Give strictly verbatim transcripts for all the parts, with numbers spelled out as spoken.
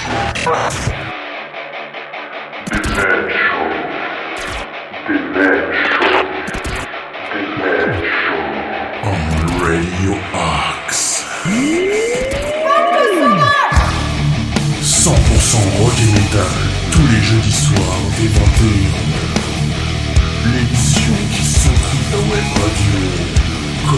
On Radio Axe. cent pour cent rock et metal, tous les jeudis soirs dès vingt et une heures. L'émission qui s'occupe de la web radio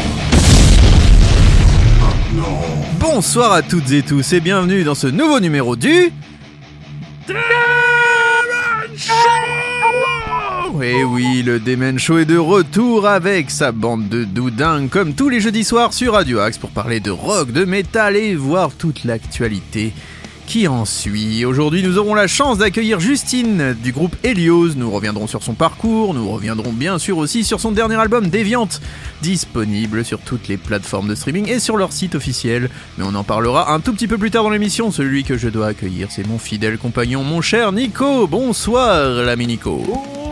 commence maintenant. Bonsoir à toutes et tous et bienvenue dans ce nouveau numéro du... Demen Show. Et oui, le Demen Show est de retour avec sa bande de doudingues comme tous les jeudis soirs sur Radio Axe pour parler de rock, de métal et voir toute l'actualité qui en suit. Aujourd'hui, nous aurons la chance d'accueillir Justine du groupe Helios. Nous reviendrons sur son parcours, nous reviendrons bien sûr aussi sur son dernier album Deviant, disponible sur toutes les plateformes de streaming et sur leur site officiel. Mais on en parlera un tout petit peu plus tard dans l'émission. Celui que je dois accueillir, c'est mon fidèle compagnon, mon cher Nico. Bonsoir, l'ami Nico.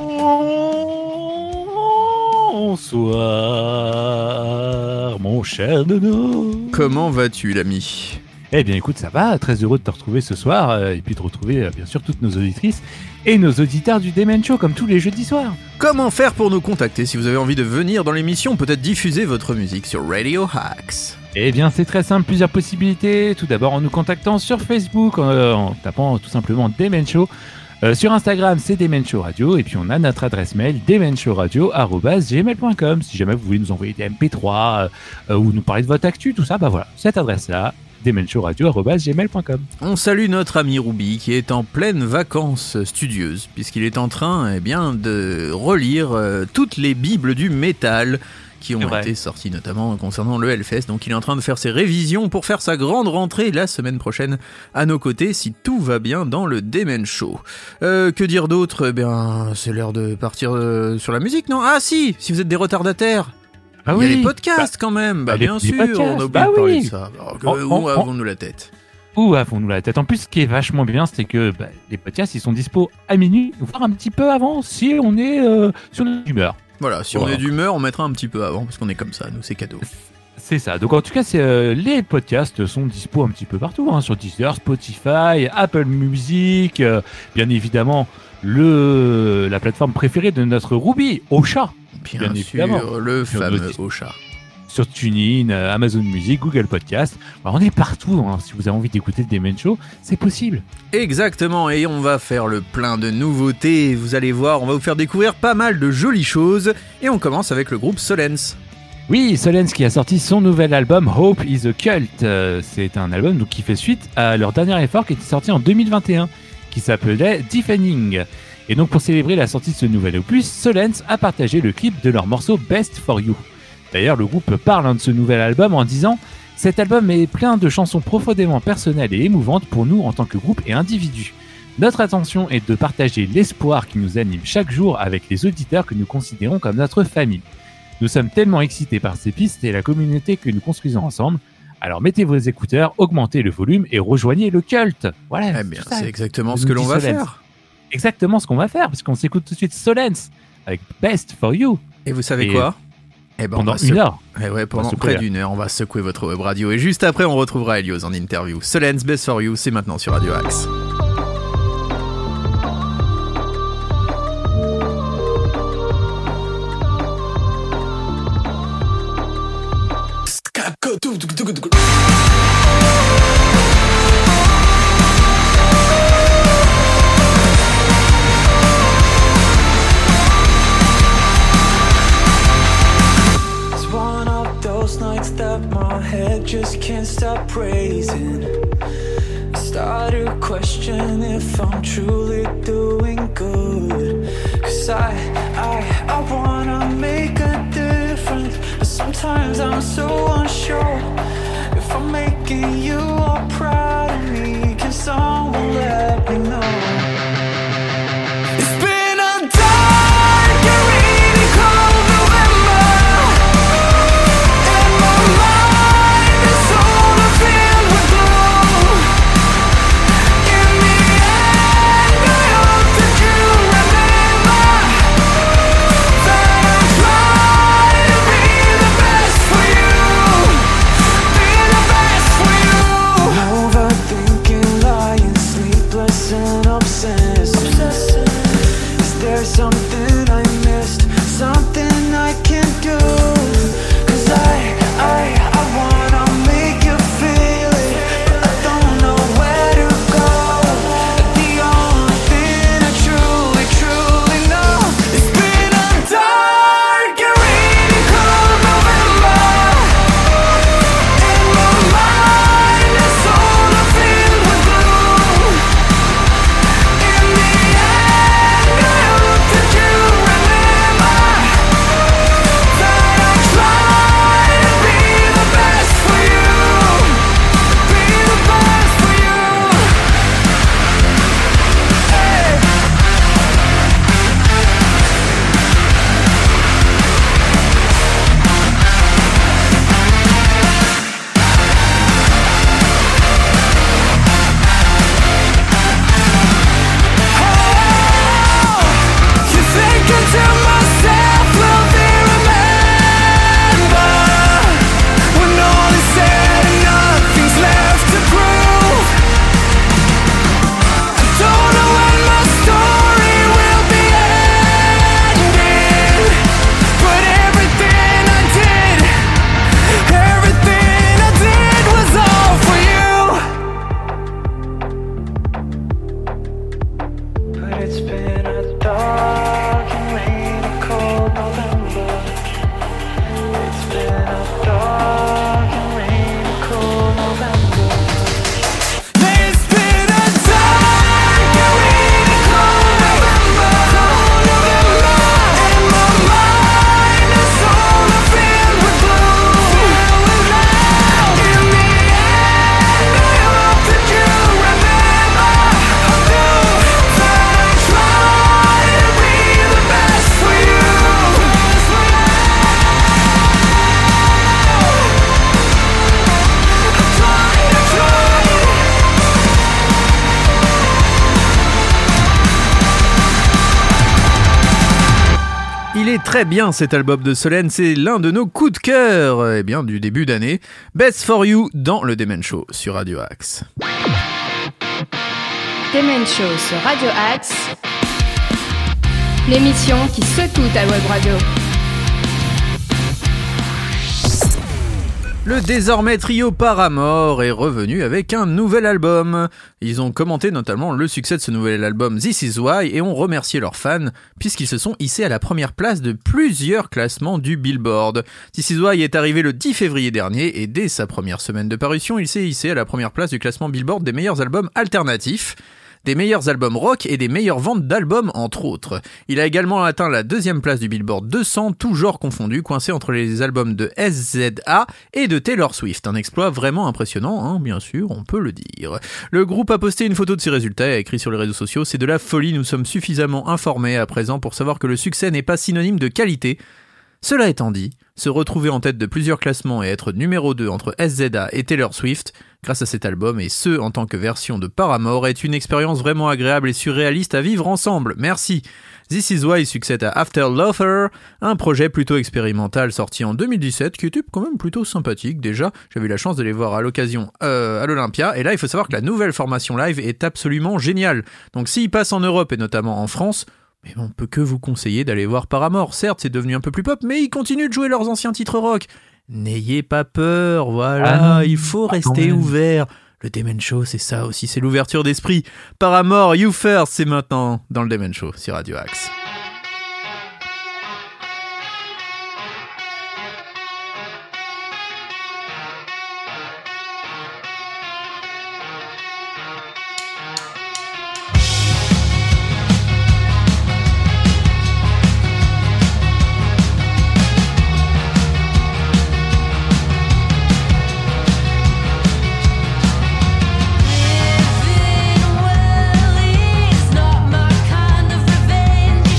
Bonsoir, mon cher Nono. Comment vas-tu, l'ami ? Eh bien écoute, ça va, très heureux de te retrouver ce soir, euh, et puis de retrouver euh, bien sûr toutes nos auditrices et nos auditeurs du Demen Show comme tous les jeudis soirs. Comment faire pour nous contacter si vous avez envie de venir dans l'émission, peut-être diffuser votre musique sur Radio Axe ? Eh bien c'est très simple, plusieurs possibilités. Tout d'abord en nous contactant sur Facebook, euh, en tapant tout simplement Demen Show. Euh, sur Instagram, c'est Demen Show Radio, et puis on a notre adresse mail demenshowradio arobase gmail point com. Si jamais vous voulez nous envoyer des M P trois euh, ou nous parler de votre actu, tout ça, bah voilà, cette adresse-là, demenshowradio arobase gmail point com. On salue notre ami Ruby qui est en pleine vacances studieuses puisqu'il est en train eh bien, de relire euh, toutes les bibles du métal qui ont été sorties notamment concernant le Hellfest. Donc il est en train de faire ses révisions pour faire sa grande rentrée la semaine prochaine à nos côtés si tout va bien dans le Demen Show. Euh, que dire d'autre ? Eh bien c'est l'heure de partir euh, sur la musique, non ? Ah si, si vous êtes des retardataires. Ah il oui. y a les podcasts bah, quand même, bah, les, bien les sûr, podcasts. on a oublié bah de parler oui. de ça. Alors, que, on, où on, avons-nous la tête ? Où avons-nous la tête ? En plus, ce qui est vachement bien, c'est que bah, les podcasts, ils sont dispo à minuit, voire un petit peu avant, si on est euh, sur l'humeur. Voilà, si voilà. on est d'humeur, on mettra un petit peu avant, parce qu'on est comme ça, nous, c'est cadeau. C'est ça. Donc en tout cas, c'est, euh, les podcasts sont dispo un petit peu partout, hein, sur Deezer, Spotify, Apple Music, euh, bien évidemment, le, la plateforme préférée de notre Ruby, Ocha. Bien, Bien sûr, évidemment. le Sur fameux notre- Ocha. Sur TuneIn, euh, Amazon Music, Google Podcast. Alors, on est partout. Hein. Si vous avez envie d'écouter le Demen Show, c'est possible. Exactement, et on va faire le plein de nouveautés, vous allez voir, on va vous faire découvrir pas mal de jolies choses, et on commence avec le groupe Solens. Oui, Solens qui a sorti son nouvel album Hope is a Cult. Euh, c'est un album donc, qui fait suite à leur dernier effort qui était sorti en deux mille vingt et un, qui s'appelait Defending. Et donc pour célébrer la sortie de ce nouvel opus, Solens a partagé le clip de leur morceau Best for You. D'ailleurs, le groupe parle hein, de ce nouvel album en disant « Cet album est plein de chansons profondément personnelles et émouvantes pour nous en tant que groupe et individus. Notre intention est de partager l'espoir qui nous anime chaque jour avec les auditeurs que nous considérons comme notre famille. Nous sommes tellement excités par ces pistes et la communauté que nous construisons ensemble. Alors mettez vos écouteurs, augmentez le volume et rejoignez le culte. » Voilà. Eh bien, c'est ça. c'est exactement Nous ce que l'on dit va Solens. faire. Exactement ce qu'on va faire, parce qu'on s'écoute tout de suite Solens avec Best for You. Et vous savez Et quoi ? Eh ben, on Pendant va une se- heure. Eh ouais, pendant se près courir. d'une heure, on va secouer votre web radio, et juste après, on retrouvera Helios en interview. Solens, Best for You, c'est maintenant sur Radio Axe. It's one of those nights that my head just can't stop raising. I started to question if I'm truly doing good. Cause I, I, I wanna make a difference, but sometimes I'm so unsure if I'm making you all proud of me. Can someone let me know? It's been a dark and rainy cold November, and my mind is sort of filled with gloom. In the end, I hope that you remember that I'm trying to be the best for you, be the best for you. très bien cet album de Solène, c'est l'un de nos coups de cœur eh bien, du début d'année. Best for You dans le Demen Show sur Radio Axe. Demen Show sur Radio Axe, l'émission qui secoue ta web radio. Le désormais trio Paramore est revenu avec un nouvel album. Ils ont commenté notamment le succès de ce nouvel album This Is Why et ont remercié leurs fans puisqu'ils se sont hissés à la première place de plusieurs classements du Billboard. This Is Why est arrivé le dix février dernier et dès sa première semaine de parution, il s'est hissé à la première place du classement Billboard des meilleurs albums alternatifs, des meilleurs albums rock et des meilleures ventes d'albums entre autres. Il a également atteint la deuxième place du Billboard deux cents, tout genre confondu, coincé entre les albums de S Z A et de Taylor Swift. Un exploit vraiment impressionnant, hein, bien sûr, on peut le dire. Le groupe a posté une photo de ses résultats et a écrit sur les réseaux sociaux « C'est de la folie, nous sommes suffisamment informés à présent pour savoir que le succès n'est pas synonyme de qualité. » Cela étant dit, se retrouver en tête de plusieurs classements et être numéro deux entre S Z A et Taylor Swift, grâce à cet album et ce en tant que version de Paramore, est une expérience vraiment agréable et surréaliste à vivre ensemble. Merci. This Is Why succède à After Loafer, un projet plutôt expérimental sorti en deux mille dix-sept qui était quand même plutôt sympathique déjà. J'avais eu la chance de les voir à l'occasion euh, à l'Olympia et là il faut savoir que la nouvelle formation live est absolument géniale. Donc s'ils passent en Europe et notamment en France, mais on peut que vous conseiller d'aller voir Paramore. Certes, c'est devenu un peu plus pop, mais ils continuent de jouer leurs anciens titres rock. N'ayez pas peur, voilà, ah, il faut rester ouvert. Le Demen Show, c'est ça aussi, c'est l'ouverture d'esprit. Paramore, You First, c'est maintenant dans le Demen Show sur Radio Axe. Living well is not my kind of revenge.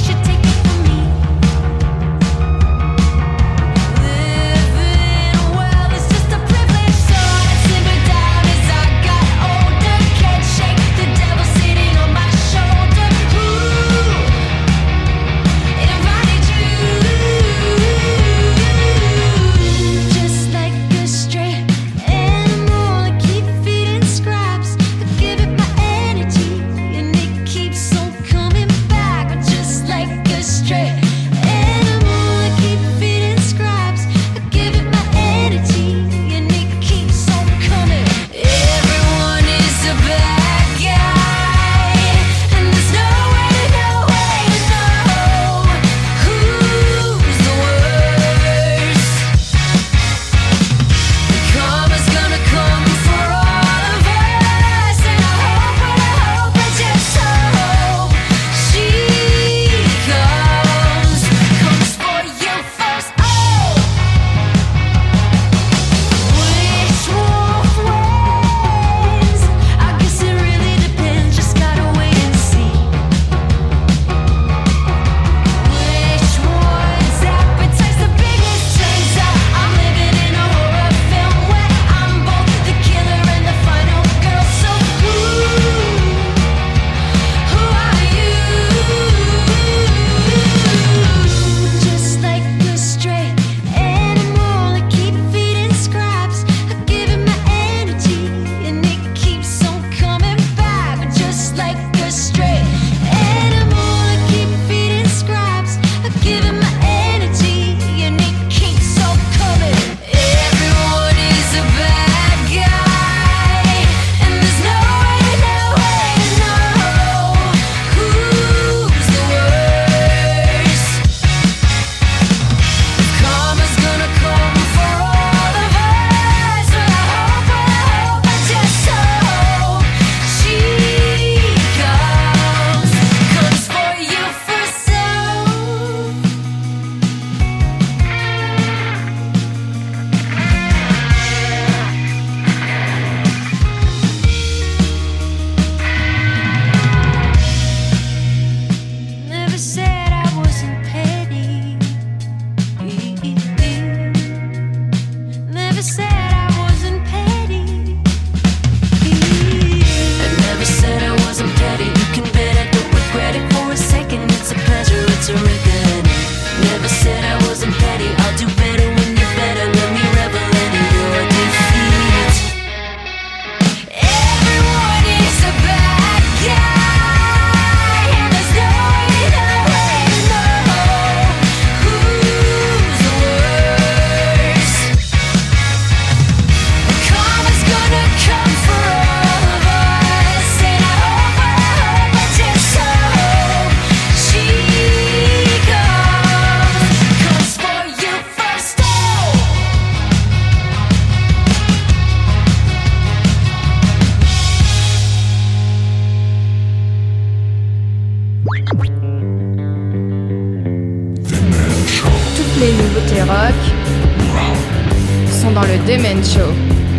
Toutes les nouveautés rock sont dans le Demen Show.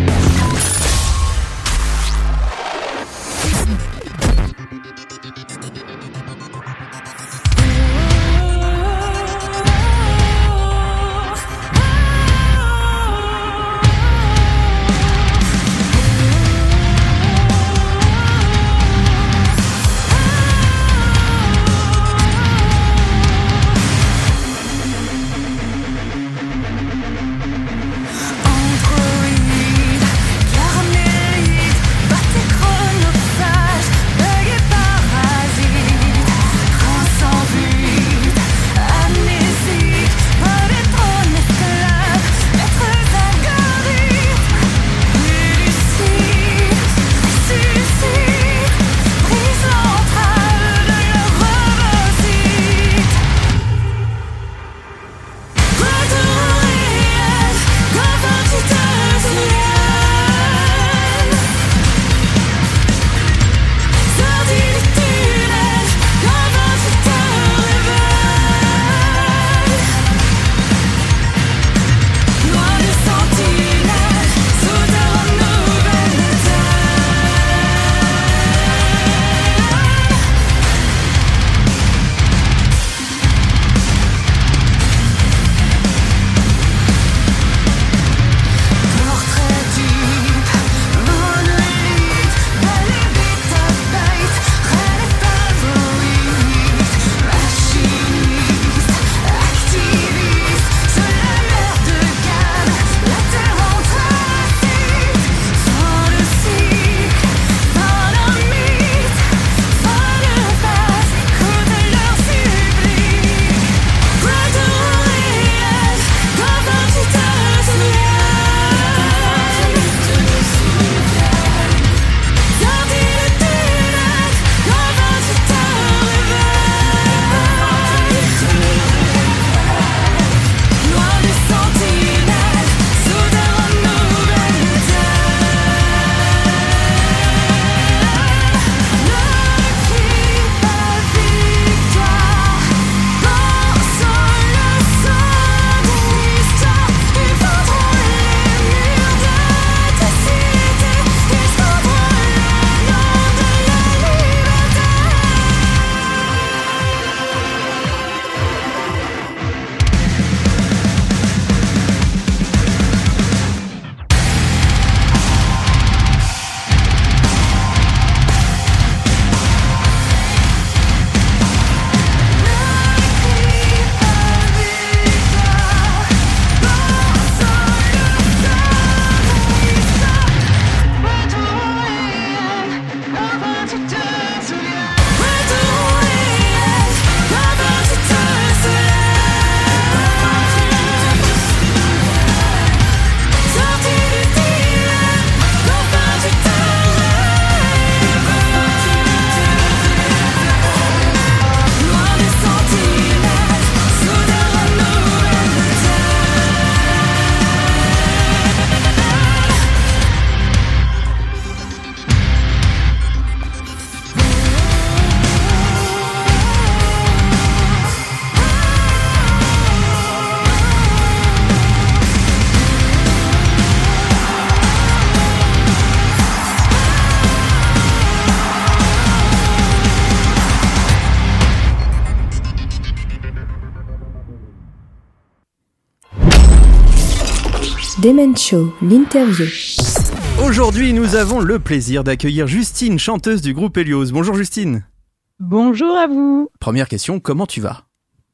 Demen Show, l'interview. Aujourd'hui, nous avons le plaisir d'accueillir Justine, chanteuse du groupe Helios. Bonjour Justine. Bonjour à vous. Première question, comment tu vas ?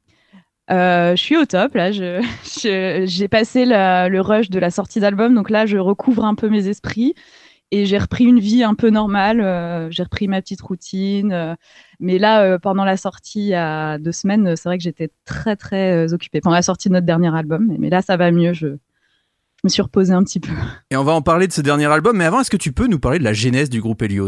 Euh, je suis au top, là. Je, je, j'ai passé la, le rush de la sortie d'album, donc là, je recouvre un peu mes esprits et j'ai repris une vie un peu normale. Euh, j'ai repris ma petite routine. Euh, mais là, euh, pendant la sortie, il y a deux semaines, c'est vrai que j'étais très, très euh, occupée. Pendant la sortie de notre dernier album, mais, mais là, ça va mieux. Je, je me suis reposée un petit peu. Et on va en parler de ce dernier album, mais avant, est-ce que tu peux nous parler de la genèse du groupe Helios ?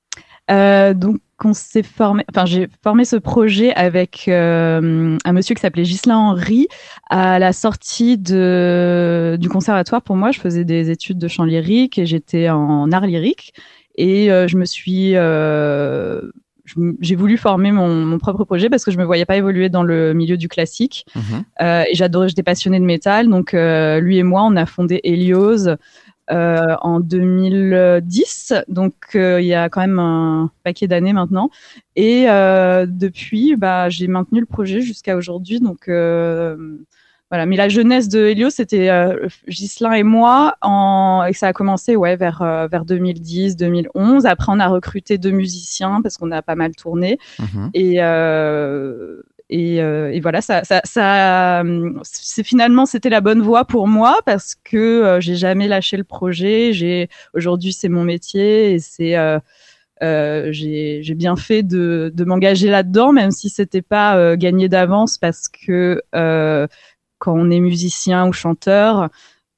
Euh, donc, on s'est formé, enfin, j'ai formé ce projet avec euh, un monsieur qui s'appelait Ghislain Henry à la sortie de, du conservatoire. Pour moi, je faisais des études de chant lyrique et j'étais en art lyrique. Et euh, je me suis euh, je, j'ai voulu former mon, mon propre projet parce que je me voyais pas évoluer dans le milieu du classique. Mhm. Euh, et j'adorais, j'étais passionnée de métal. Donc, euh, lui et moi, on a fondé Helios euh, en deux mille dix. Donc, euh, il y a quand même un paquet d'années maintenant. Et euh, depuis, bah, j'ai maintenu le projet jusqu'à aujourd'hui. Donc, euh, voilà. Mais la jeunesse de Helios, c'était euh, Ghislain et moi. En... Et ça a commencé ouais, vers, euh, vers deux mille dix, deux mille onze. Après, on a recruté deux musiciens parce qu'on a pas mal tourné. Mhm. Et... Euh... Et, euh, et voilà, ça, ça, ça, c'est finalement c'était la bonne voie pour moi parce que euh, j'ai jamais lâché le projet. J'ai aujourd'hui c'est mon métier et c'est euh, euh, j'ai, j'ai bien fait de, de m'engager là-dedans, même si c'était pas euh, gagné d'avance parce que euh, quand on est musicien ou chanteur,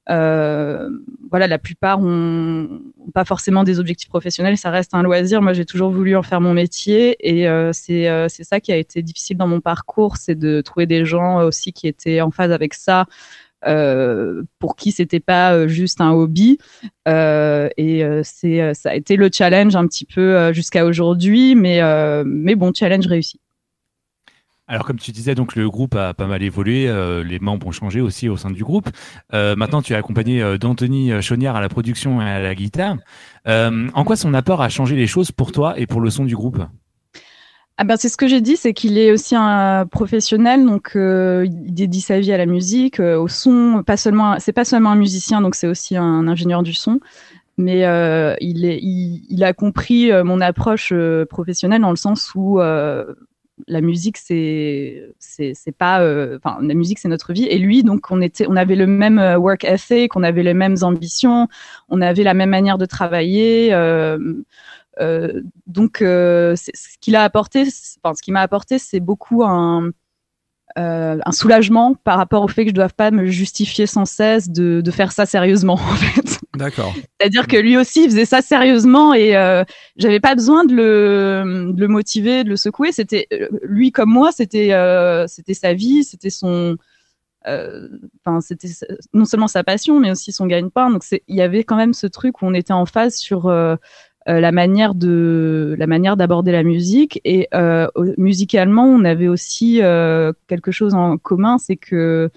euh, voilà, la plupart ont, ont pas forcément des objectifs professionnels, ça reste un loisir. Moi, j'ai toujours voulu en faire mon métier et euh, c'est euh, c'est ça qui a été difficile dans mon parcours, c'est de trouver des gens aussi qui étaient en phase avec ça, euh, pour qui c'était pas euh, juste un hobby. Euh, et euh, c'est ça a été le challenge un petit peu euh, jusqu'à aujourd'hui, mais euh, mais bon, challenge réussi. Alors, comme tu disais, donc le groupe a pas mal évolué, euh, les membres ont changé aussi au sein du groupe. Euh, maintenant, tu es accompagné euh, d'Anthony Chaugnard à la production et à la guitare. Euh, en quoi son apport a changé les choses pour toi et pour le son du groupe ? Ah ben c'est ce que j'ai dit, c'est qu'il est aussi un professionnel, donc euh, il dédie sa vie à la musique, euh, au son. Pas seulement, c'est pas seulement un musicien, donc c'est aussi un ingénieur du son. Mais euh, il, est, il, il a compris euh, mon approche euh, professionnelle dans le sens où euh, la musique c'est c'est c'est pas enfin euh, la musique c'est notre vie et lui donc on était on avait le même work ethic, on avait les mêmes ambitions, on avait la même manière de travailler euh, euh, donc euh, c'est, ce qu'il a apporté enfin ce qui m'a apporté c'est beaucoup un Euh, un soulagement par rapport au fait que je ne doive pas me justifier sans cesse de, de faire ça sérieusement, en fait. D'accord. C'est-à-dire que lui aussi, il faisait ça sérieusement et euh, j'avais pas besoin de le, de le motiver, de le secouer. C'était lui comme moi, c'était euh, c'était sa vie, c'était son, enfin euh, c'était non seulement sa passion, mais aussi son gagne-pain. Donc c'est, il y avait quand même ce truc où on était en phase sur euh, Euh, la manière de la manière d'aborder la musique et euh, musicalement on avait aussi euh, quelque chose en commun, c'est que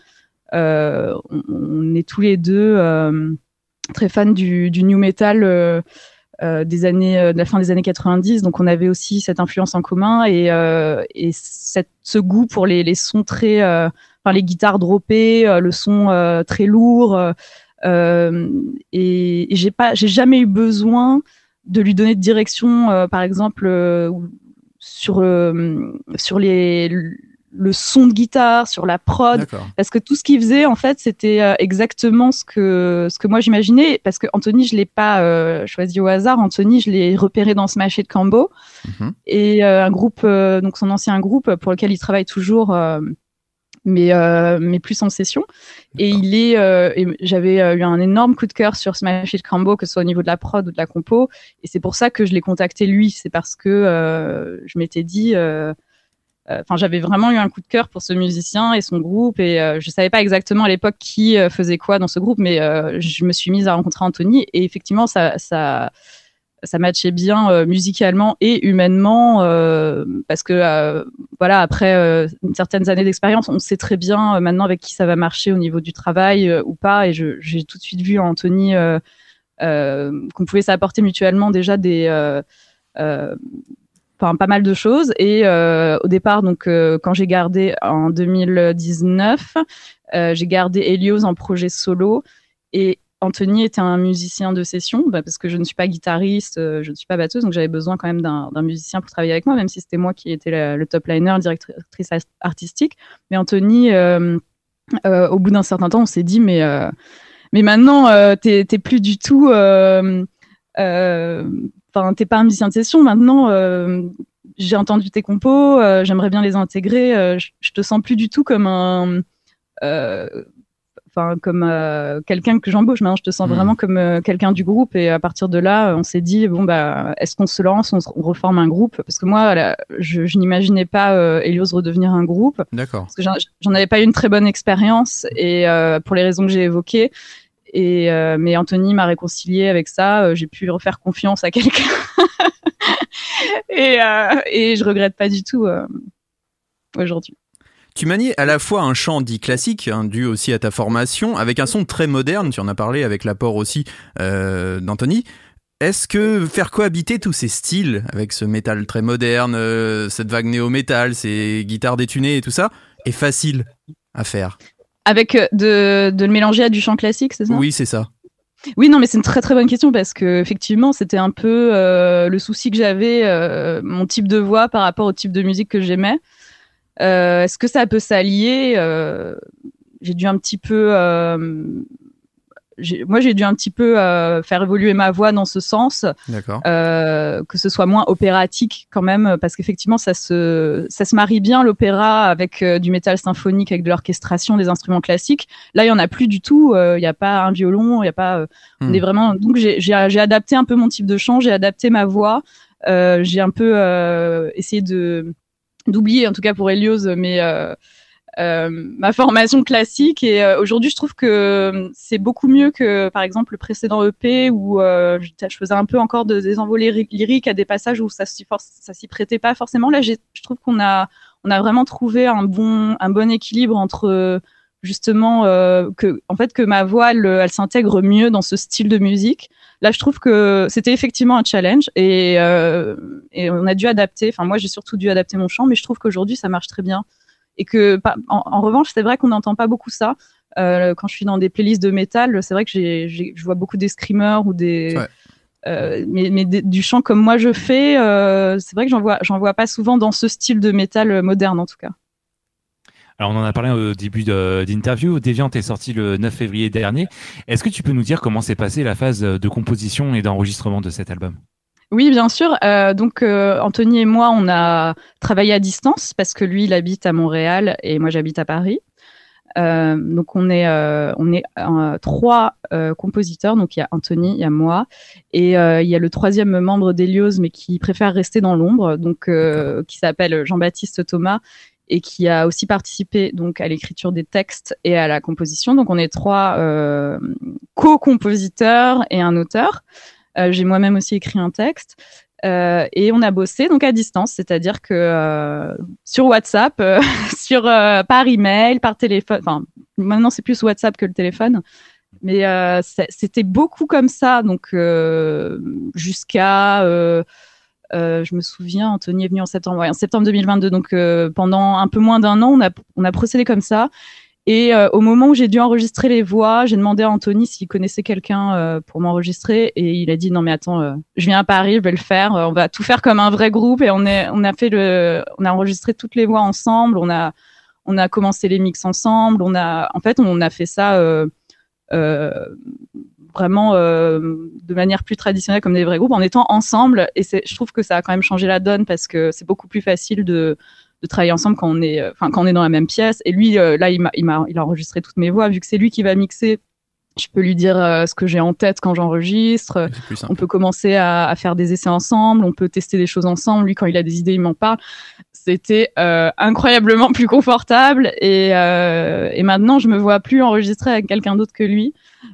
euh, on, on est tous les deux euh, très fans du, du new metal euh, euh, des années de la fin des années quatre-vingt-dix, donc on avait aussi cette influence en commun et, euh, et cette, ce goût pour les, les sons très euh, enfin les guitares droppées, euh, le son euh, très lourd euh, et, et j'ai pas j'ai jamais eu besoin de lui donner de direction, euh, par exemple, euh, sur, euh, sur les, le son de guitare, sur la prod. D'accord. Parce que tout ce qu'il faisait, en fait, c'était euh, exactement ce que, ce que moi j'imaginais. Parce que Anthony, je ne l'ai pas euh, choisi au hasard. Anthony, je l'ai repéré dans Smash It Combo. Mm-hmm. Et euh, un groupe, euh, donc son ancien groupe pour lequel il travaille toujours. Euh, mais euh, mais plus en session. D'accord. Et il est euh, et j'avais euh, eu un énorme coup de cœur sur Smash It Combo, que ce soit au niveau de la prod ou de la compo, et c'est pour ça que je l'ai contacté lui. C'est parce que euh, je m'étais dit enfin euh, euh, j'avais vraiment eu un coup de cœur pour ce musicien et son groupe, et euh, je savais pas exactement à l'époque qui euh, faisait quoi dans ce groupe, mais euh, je me suis mise à rencontrer Anthony et effectivement ça ça ça matchait bien euh, musicalement et humainement euh, parce que euh, voilà, après euh, une certaine année d'expérience, on sait très bien euh, maintenant avec qui ça va marcher au niveau du travail euh, ou pas, et je, j'ai tout de suite vu en Anthony euh, euh, qu'on pouvait s'apporter mutuellement déjà des euh, euh, enfin pas mal de choses. Et euh, au départ, donc euh, quand j'ai gardé en deux mille dix-neuf, euh, j'ai gardé Helios en projet solo, et Anthony était un musicien de session, bah parce que je ne suis pas guitariste, euh, je ne suis pas batteuse, donc j'avais besoin quand même d'un, d'un musicien pour travailler avec moi, même si c'était moi qui étais la, le top liner, directrice artistique. Mais Anthony, euh, euh, au bout d'un certain temps, on s'est dit, mais, euh, mais maintenant, euh, t'es, t'es plus du tout... Enfin, euh, euh, t'es pas un musicien de session, maintenant... Euh, j'ai entendu tes compos, euh, j'aimerais bien les intégrer, euh, je, je te sens plus du tout comme un... Euh, Enfin, comme euh, quelqu'un que j'embauche. Maintenant, je te sens mmh. vraiment comme euh, quelqu'un du groupe. Et à partir de là, on s'est dit, bon, bah, est-ce qu'on se lance, on, on reforme un groupe? Parce que moi, là, je, je n'imaginais pas euh, Helios redevenir un groupe. D'accord. Parce que j'en, j'en avais pas eu une très bonne expérience, et euh, pour les raisons que j'ai évoquées. Et, euh, mais Anthony m'a réconcilié avec ça. Euh, j'ai pu refaire confiance à quelqu'un. et, euh, et je regrette pas du tout euh, aujourd'hui. Tu manies à la fois un chant dit classique, hein, dû aussi à ta formation, avec un son très moderne, tu en as parlé avec l'apport aussi euh, d'Anthony. Est-ce que faire cohabiter tous ces styles, avec ce métal très moderne, euh, cette vague néo-métal, ces guitares détunées et tout ça, est facile à faire? Avec euh, de, de le mélanger à du chant classique, c'est ça? Oui, c'est ça. Oui, non, mais c'est une très très bonne question parce que effectivement, c'était un peu euh, le souci que j'avais, euh, mon type de voix par rapport au type de musique que j'aimais. Euh, est-ce que ça peut s'allier? euh, J'ai dû un petit peu, euh, j'ai, moi j'ai dû un petit peu euh, faire évoluer ma voix dans ce sens, D'accord. euh, que ce soit moins opératique quand même, parce qu'effectivement ça se, ça se marie bien l'opéra avec euh, du métal symphonique, avec de l'orchestration, des instruments classiques. Là il y en a plus du tout. Il euh, y a pas un violon, il y a pas. Euh, hmm. On est vraiment. Donc j'ai, j'ai, j'ai adapté un peu mon type de chant, j'ai adapté ma voix, euh, j'ai un peu euh, essayé de d'oublier, en tout cas pour Héliose, mais euh, euh, ma formation classique. Et euh, aujourd'hui, je trouve que c'est beaucoup mieux que, par exemple, le précédent E P où euh, je, je faisais un peu encore de, des envolées lyriques à des passages où ça s'y, for- ça s'y prêtait pas forcément. Là, j'ai, je trouve qu'on a, on a vraiment trouvé un bon, un bon équilibre entre justement euh, que, en fait, que ma voix, elle, elle s'intègre mieux dans ce style de musique. Là, je trouve que c'était effectivement un challenge et, euh, et on a dû adapter. Enfin, moi, j'ai surtout dû adapter mon chant, mais je trouve qu'aujourd'hui, ça marche très bien. Et que, en, en revanche, c'est vrai qu'on n'entend pas beaucoup ça. Euh, quand je suis dans des playlists de métal, c'est vrai que j'ai, j'ai, je vois beaucoup des screamers ou des, ouais. euh, mais, mais des, du chant comme moi je fais. Euh, c'est vrai que j'en vois, j'en vois pas souvent dans ce style de métal moderne, en tout cas. Alors, on en a parlé au début de, d'interview. Déviante est sorti le neuf février dernier. Est-ce que tu peux nous dire comment s'est passée la phase de composition et d'enregistrement de cet album? Oui, bien sûr. Euh, donc, euh, Anthony et moi, on a travaillé à distance parce que lui, il habite à Montréal et moi, j'habite à Paris. Euh, donc, on est, euh, on est euh, trois euh, compositeurs. Donc, il y a Anthony, il y a moi et euh, il y a le troisième membre d'Héliose, mais qui préfère rester dans l'ombre, donc euh, qui s'appelle Jean-Baptiste Thomas, et qui a aussi participé donc à l'écriture des textes et à la composition. Donc on est trois euh, co-compositeurs et un auteur. Euh, j'ai moi-même aussi écrit un texte euh, et on a bossé donc à distance, c'est-à-dire que euh, sur WhatsApp, euh, sur euh, par email, par téléphone. Enfin maintenant c'est plus WhatsApp que le téléphone, mais euh, c'était beaucoup comme ça. Donc euh, jusqu'à euh, Euh, je me souviens, Anthony est venu en septembre, ouais, en septembre deux mille vingt-deux. Donc, euh, pendant un peu moins d'un an, on a, on a procédé comme ça. Et euh, au moment où j'ai dû enregistrer les voix, j'ai demandé à Anthony s'il connaissait quelqu'un euh, pour m'enregistrer. Et il a dit, non, mais attends, euh, je viens à Paris, je vais le faire. On va tout faire comme un vrai groupe. Et on, est, on, a, fait le, on a enregistré toutes les voix ensemble. On a, on a commencé les mix ensemble. On a, en fait, on a fait ça... Euh, euh, vraiment euh, de manière plus traditionnelle comme des vrais groupes en étant ensemble et c'est, je trouve que ça a quand même changé la donne parce que c'est beaucoup plus facile de, de travailler ensemble quand on est enfin quand on est dans la même pièce et lui euh, là il m'a, il m'a il a enregistré toutes mes voix vu que c'est lui qui va mixer. Je peux lui dire euh, ce que j'ai en tête quand j'enregistre. On peut commencer à, à faire des essais ensemble, on peut tester des choses ensemble. Lui, quand il a des idées, il m'en parle. C'était euh, incroyablement plus confortable. Et, euh, et maintenant, je me vois plus enregistrer avec quelqu'un d'autre que lui.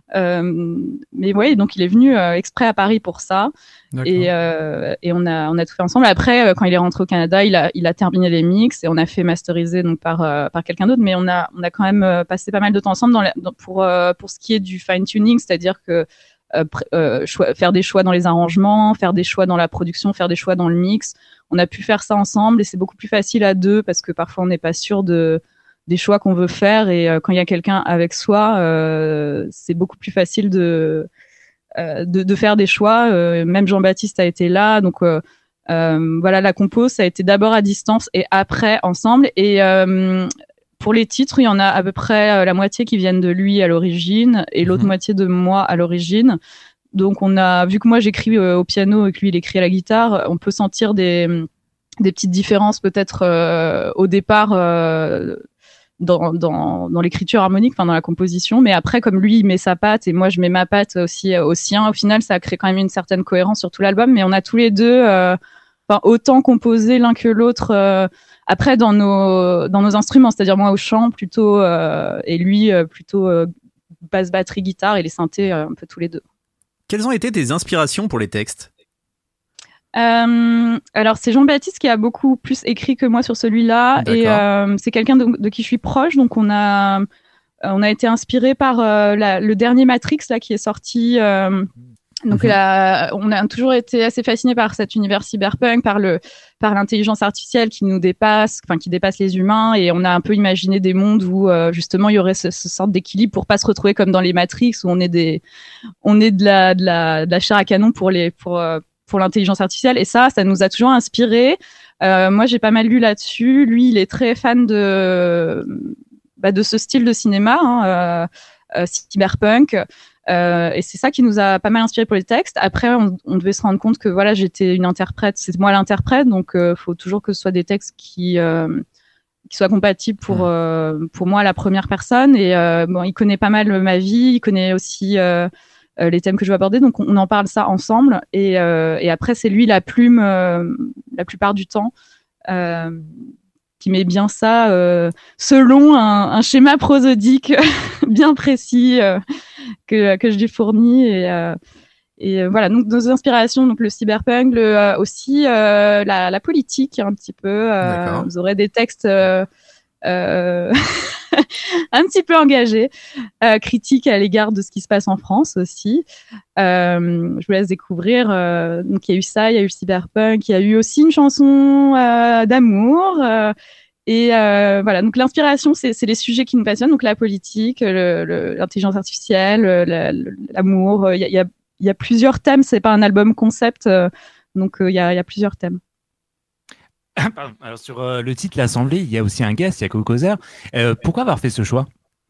Euh, mais oui, donc il est venu euh, exprès à Paris pour ça. Et, euh, et on a on a tout fait ensemble. Après, euh, quand il est rentré au Canada, il a il a terminé les mix et on a fait masteriser donc par euh, par quelqu'un d'autre. Mais on a on a quand même euh, passé pas mal de temps ensemble dans la, dans, pour euh, pour ce qui est du fine tuning, c'est-à-dire que euh, euh, choix, faire des choix dans les arrangements, faire des choix dans la production, faire des choix dans le mix. On a pu faire ça ensemble et c'est beaucoup plus facile à deux parce que parfois on n'est pas sûr de des choix qu'on veut faire et euh, quand il y a quelqu'un avec soi, euh, c'est beaucoup plus facile de De, de faire des choix. Euh, même Jean-Baptiste a été là. Donc euh, euh, voilà, la compo, ça a été d'abord à distance et après ensemble. Et euh, pour les titres, il y en a à peu près la moitié qui viennent de lui à l'origine et l'autre mmh. moitié de moi à l'origine. Donc on a, vu que moi j'écris euh, au piano et que lui il écrit à la guitare, on peut sentir des, des petites différences peut-être euh, au départ euh, Dans, dans, dans l'écriture harmonique, enfin dans la composition, mais après comme lui il met sa patte et moi je mets ma patte aussi au sien, au final ça crée quand même une certaine cohérence sur tout l'album, mais on a tous les deux euh, enfin, autant composé l'un que l'autre euh, après dans nos, dans nos instruments, c'est-à-dire moi au chant plutôt euh, et lui euh, plutôt euh, basse, batterie, guitare et les synthés euh, un peu tous les deux. Quelles ont été tes inspirations pour les textes ? Euh, alors c'est Jean-Baptiste qui a beaucoup plus écrit que moi sur celui-là et euh, c'est quelqu'un de, de qui je suis proche, donc on a on a été inspiré par euh, la, le dernier Matrix là qui est sorti. Euh, donc mm-hmm. là, on a toujours été assez fasciné par cet univers cyberpunk, par le par l'intelligence artificielle qui nous dépasse, enfin qui dépasse les humains, et on a un peu imaginé des mondes où euh, justement il y aurait ce, ce sorte d'équilibre pour pas se retrouver comme dans les Matrix où on est des on est de la de la de la chair à canon pour les pour euh, pour l'intelligence artificielle, et ça, ça nous a toujours inspiré. Euh, moi, j'ai pas mal lu là-dessus. Lui, il est très fan de, bah, de ce style de cinéma, hein, euh, euh, cyberpunk, euh, et c'est ça qui nous a pas mal inspiré pour les textes. Après, on, on devait se rendre compte que voilà, j'étais une interprète, c'est moi l'interprète, donc euh, faut toujours que ce soit des textes qui euh, qui soient compatibles pour euh, pour moi la première personne. Et euh, bon, il connaît pas mal ma vie, il connaît aussi euh, Euh, les thèmes que je vais aborder, donc on, on en parle ça ensemble, et, euh, et après c'est lui la plume euh, la plupart du temps euh, qui met bien ça euh, selon un, un schéma prosodique bien précis euh, que, que je lui fournis, et, euh, et euh, voilà, donc nos inspirations, donc le cyberpunk, le, euh, aussi euh, la, la politique un petit peu, euh, vous aurez des textes euh, euh, un petit peu engagé, euh, critique à l'égard de ce qui se passe en France aussi. Euh, je vous laisse découvrir. Euh, donc il y a eu ça, il y a eu le cyberpunk, il y a eu aussi une chanson euh, d'amour. Euh, et euh, voilà, donc l'inspiration, c'est, c'est les sujets qui nous passionnent, donc la politique, le, le, l'intelligence artificielle, le, l'amour. Il y a, il y a, il y a plusieurs thèmes. C'est pas un album concept, euh, donc euh, il y a, il y a plusieurs thèmes. Pardon. Alors sur euh, le titre L'Assemblée, il y a aussi un guest, il y a Cocozer. Euh, pourquoi avoir fait ce choix ?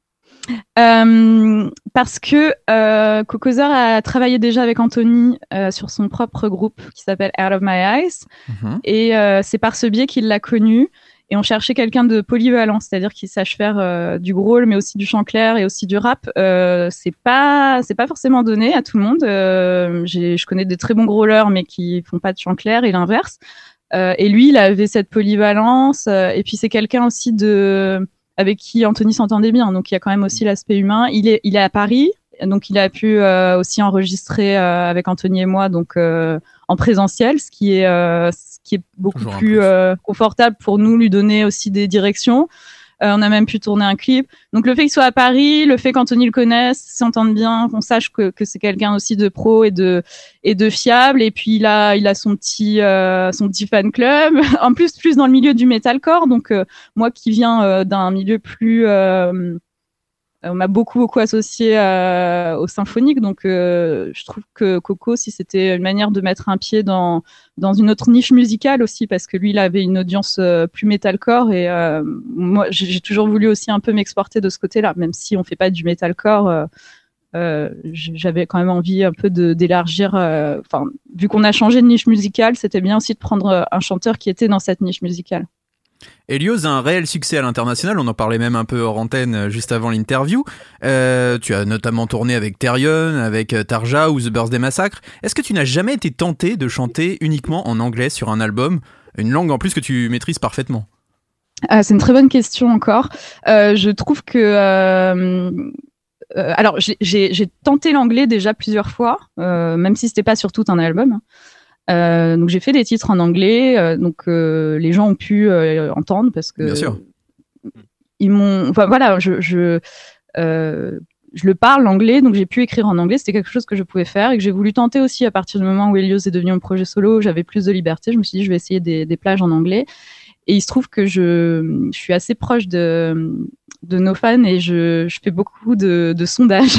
euh, Parce que euh, Cocozer a travaillé déjà avec Anthony euh, sur son propre groupe qui s'appelle Out of My Eyes, mm-hmm. et euh, c'est par ce biais qu'il l'a connu. Et on cherchait quelqu'un de polyvalent, c'est-à-dire qui sache faire euh, du growl, mais aussi du chant clair et aussi du rap. Euh, c'est pas, c'est pas forcément donné à tout le monde. Euh, j'ai, je connais des très bons growlers, mais qui font pas de chant clair, et l'inverse. Euh, et lui, il avait cette polyvalence, euh, et puis c'est quelqu'un aussi de avec qui Anthony s'entendait bien, donc il y a quand même aussi l'aspect humain. Il est, il est à Paris, donc il a pu euh, aussi enregistrer euh, avec Anthony et moi, donc euh, en présentiel, ce qui est, euh, ce qui est beaucoup Toujours plus euh, confortable pour nous, lui donner aussi des directions. Euh, on a même pu tourner un clip. Donc le fait qu'il soit à Paris, le fait qu'Anthony le connaisse, s'entende bien, qu'on sache que, que c'est quelqu'un aussi de pro et de et de fiable. Et puis il a il a son petit euh, son petit fan club. En plus plus dans le milieu du metalcore. Donc euh, moi qui viens euh, d'un milieu plus euh, on m'a beaucoup beaucoup associé euh, au symphonique, donc euh, je trouve que Coco, si c'était une manière de mettre un pied dans dans une autre niche musicale aussi, parce que lui il avait une audience euh, plus metalcore, et euh, moi j'ai, j'ai toujours voulu aussi un peu m'exporter de ce côté-là, même si on fait pas du metalcore. Euh, euh, j'avais quand même envie un peu de d'élargir. Enfin, euh, vu qu'on a changé de niche musicale, c'était bien aussi de prendre un chanteur qui était dans cette niche musicale. Helios a un réel succès à l'international, on en parlait même un peu hors antenne juste avant l'interview. Euh, tu as notamment tourné avec Therion, avec Tarja ou The Birthday Massacre. Est-ce que tu n'as jamais été tenté de chanter uniquement en anglais sur un album, une langue en plus que tu maîtrises parfaitement ? Ah, c'est une très bonne question encore. Euh, je trouve que... Euh... Euh, alors, j'ai, j'ai, j'ai tenté l'anglais déjà plusieurs fois, euh, même si c'était pas sur tout un album. Euh, donc j'ai fait des titres en anglais, euh, donc euh, les gens ont pu euh, entendre parce que Bien sûr. Ils m'ont, enfin voilà, je je euh, je le parle l'anglais, donc j'ai pu écrire en anglais. C'était quelque chose que je pouvais faire et que j'ai voulu tenter aussi à partir du moment où Helios est devenu un projet solo. J'avais plus de liberté. Je me suis dit je vais essayer des, des plages en anglais. Et il se trouve que je, je suis assez proche de de nos fans et je je fais beaucoup de, de sondages.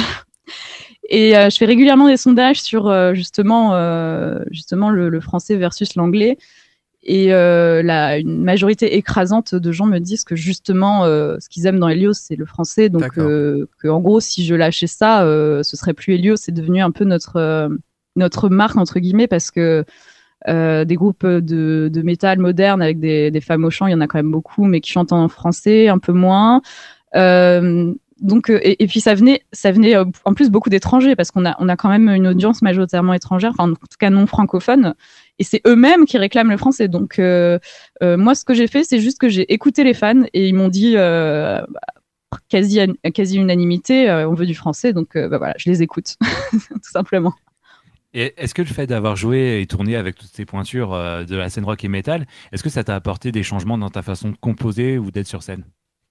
Et euh, je fais régulièrement des sondages sur euh, justement euh, justement le, le français versus l'anglais, et euh, la une majorité écrasante de gens me disent que justement euh, ce qu'ils aiment dans Helios c'est le français, donc euh, que en gros si je lâchais ça euh, ce serait plus Helios, c'est devenu un peu notre euh, notre marque entre guillemets, parce que euh, des groupes de de métal moderne avec des des femmes au chant, il y en a quand même beaucoup, mais qui chantent en français un peu moins. Euh, Donc et, et puis ça venait ça venait en plus beaucoup d'étrangers, parce qu'on a on a quand même une audience majoritairement étrangère, enfin en tout cas non francophone, et c'est eux-mêmes qui réclament le français. Donc euh, euh, moi ce que j'ai fait, c'est juste que j'ai écouté les fans et ils m'ont dit euh, quasi quasi unanimité, euh, on veut du français, donc euh, bah voilà, je les écoute tout simplement. Et est-ce que le fait d'avoir joué et tourné avec toutes ces pointures euh, de la scène rock et metal, est-ce que ça t'a apporté des changements dans ta façon de composer ou d'être sur scène?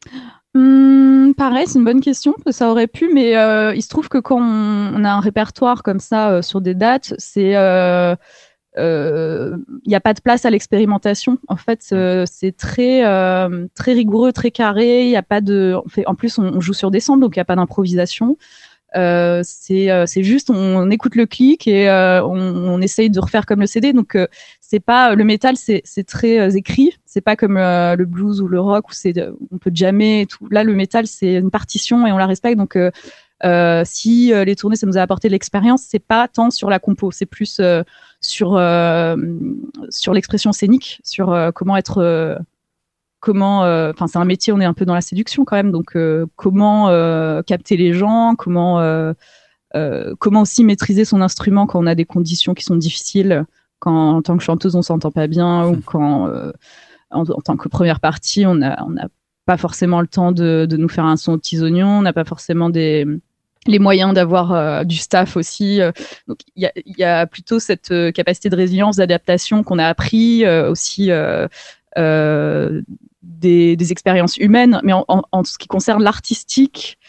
Hum, pareil, c'est une bonne question. Ça aurait pu, mais euh, il se trouve que quand on, on a un répertoire comme ça euh, sur des dates, c'est euh, euh, il n'y a pas de place à l'expérimentation. En fait, euh, c'est très euh, très rigoureux, très carré. Il y a pas de. En, fait, en plus, on, on joue sur des samples, donc il n'y a pas d'improvisation. Euh, c'est euh, c'est juste on, on écoute le clic et euh, on, on essaye de refaire comme le C D. Donc euh, c'est pas le métal, c'est c'est très euh, écrit. C'est pas comme euh, le blues ou le rock où c'est on peut jammer et tout. Là, le métal, c'est une partition et on la respecte. Donc euh, euh, si euh, les tournées ça nous a apporté de l'expérience, c'est pas tant sur la compo, c'est plus euh, sur euh, sur l'expression scénique, sur euh, comment être euh, comment enfin euh, c'est un métier, on est un peu dans la séduction quand même, donc euh, comment euh, capter les gens, comment euh, euh, comment aussi maîtriser son instrument quand on a des conditions qui sont difficiles, quand en tant que chanteuse on s'entend pas bien, ou quand euh, en, en tant que première partie on a on n'a pas forcément le temps de, de nous faire un son aux petits oignons, on n'a pas forcément des les moyens d'avoir euh, du staff aussi. Donc il y a, y a plutôt cette euh, capacité de résilience, d'adaptation qu'on a appris, euh, aussi euh, euh, des, des expériences humaines. Mais en, en, en ce qui concerne l'artistique,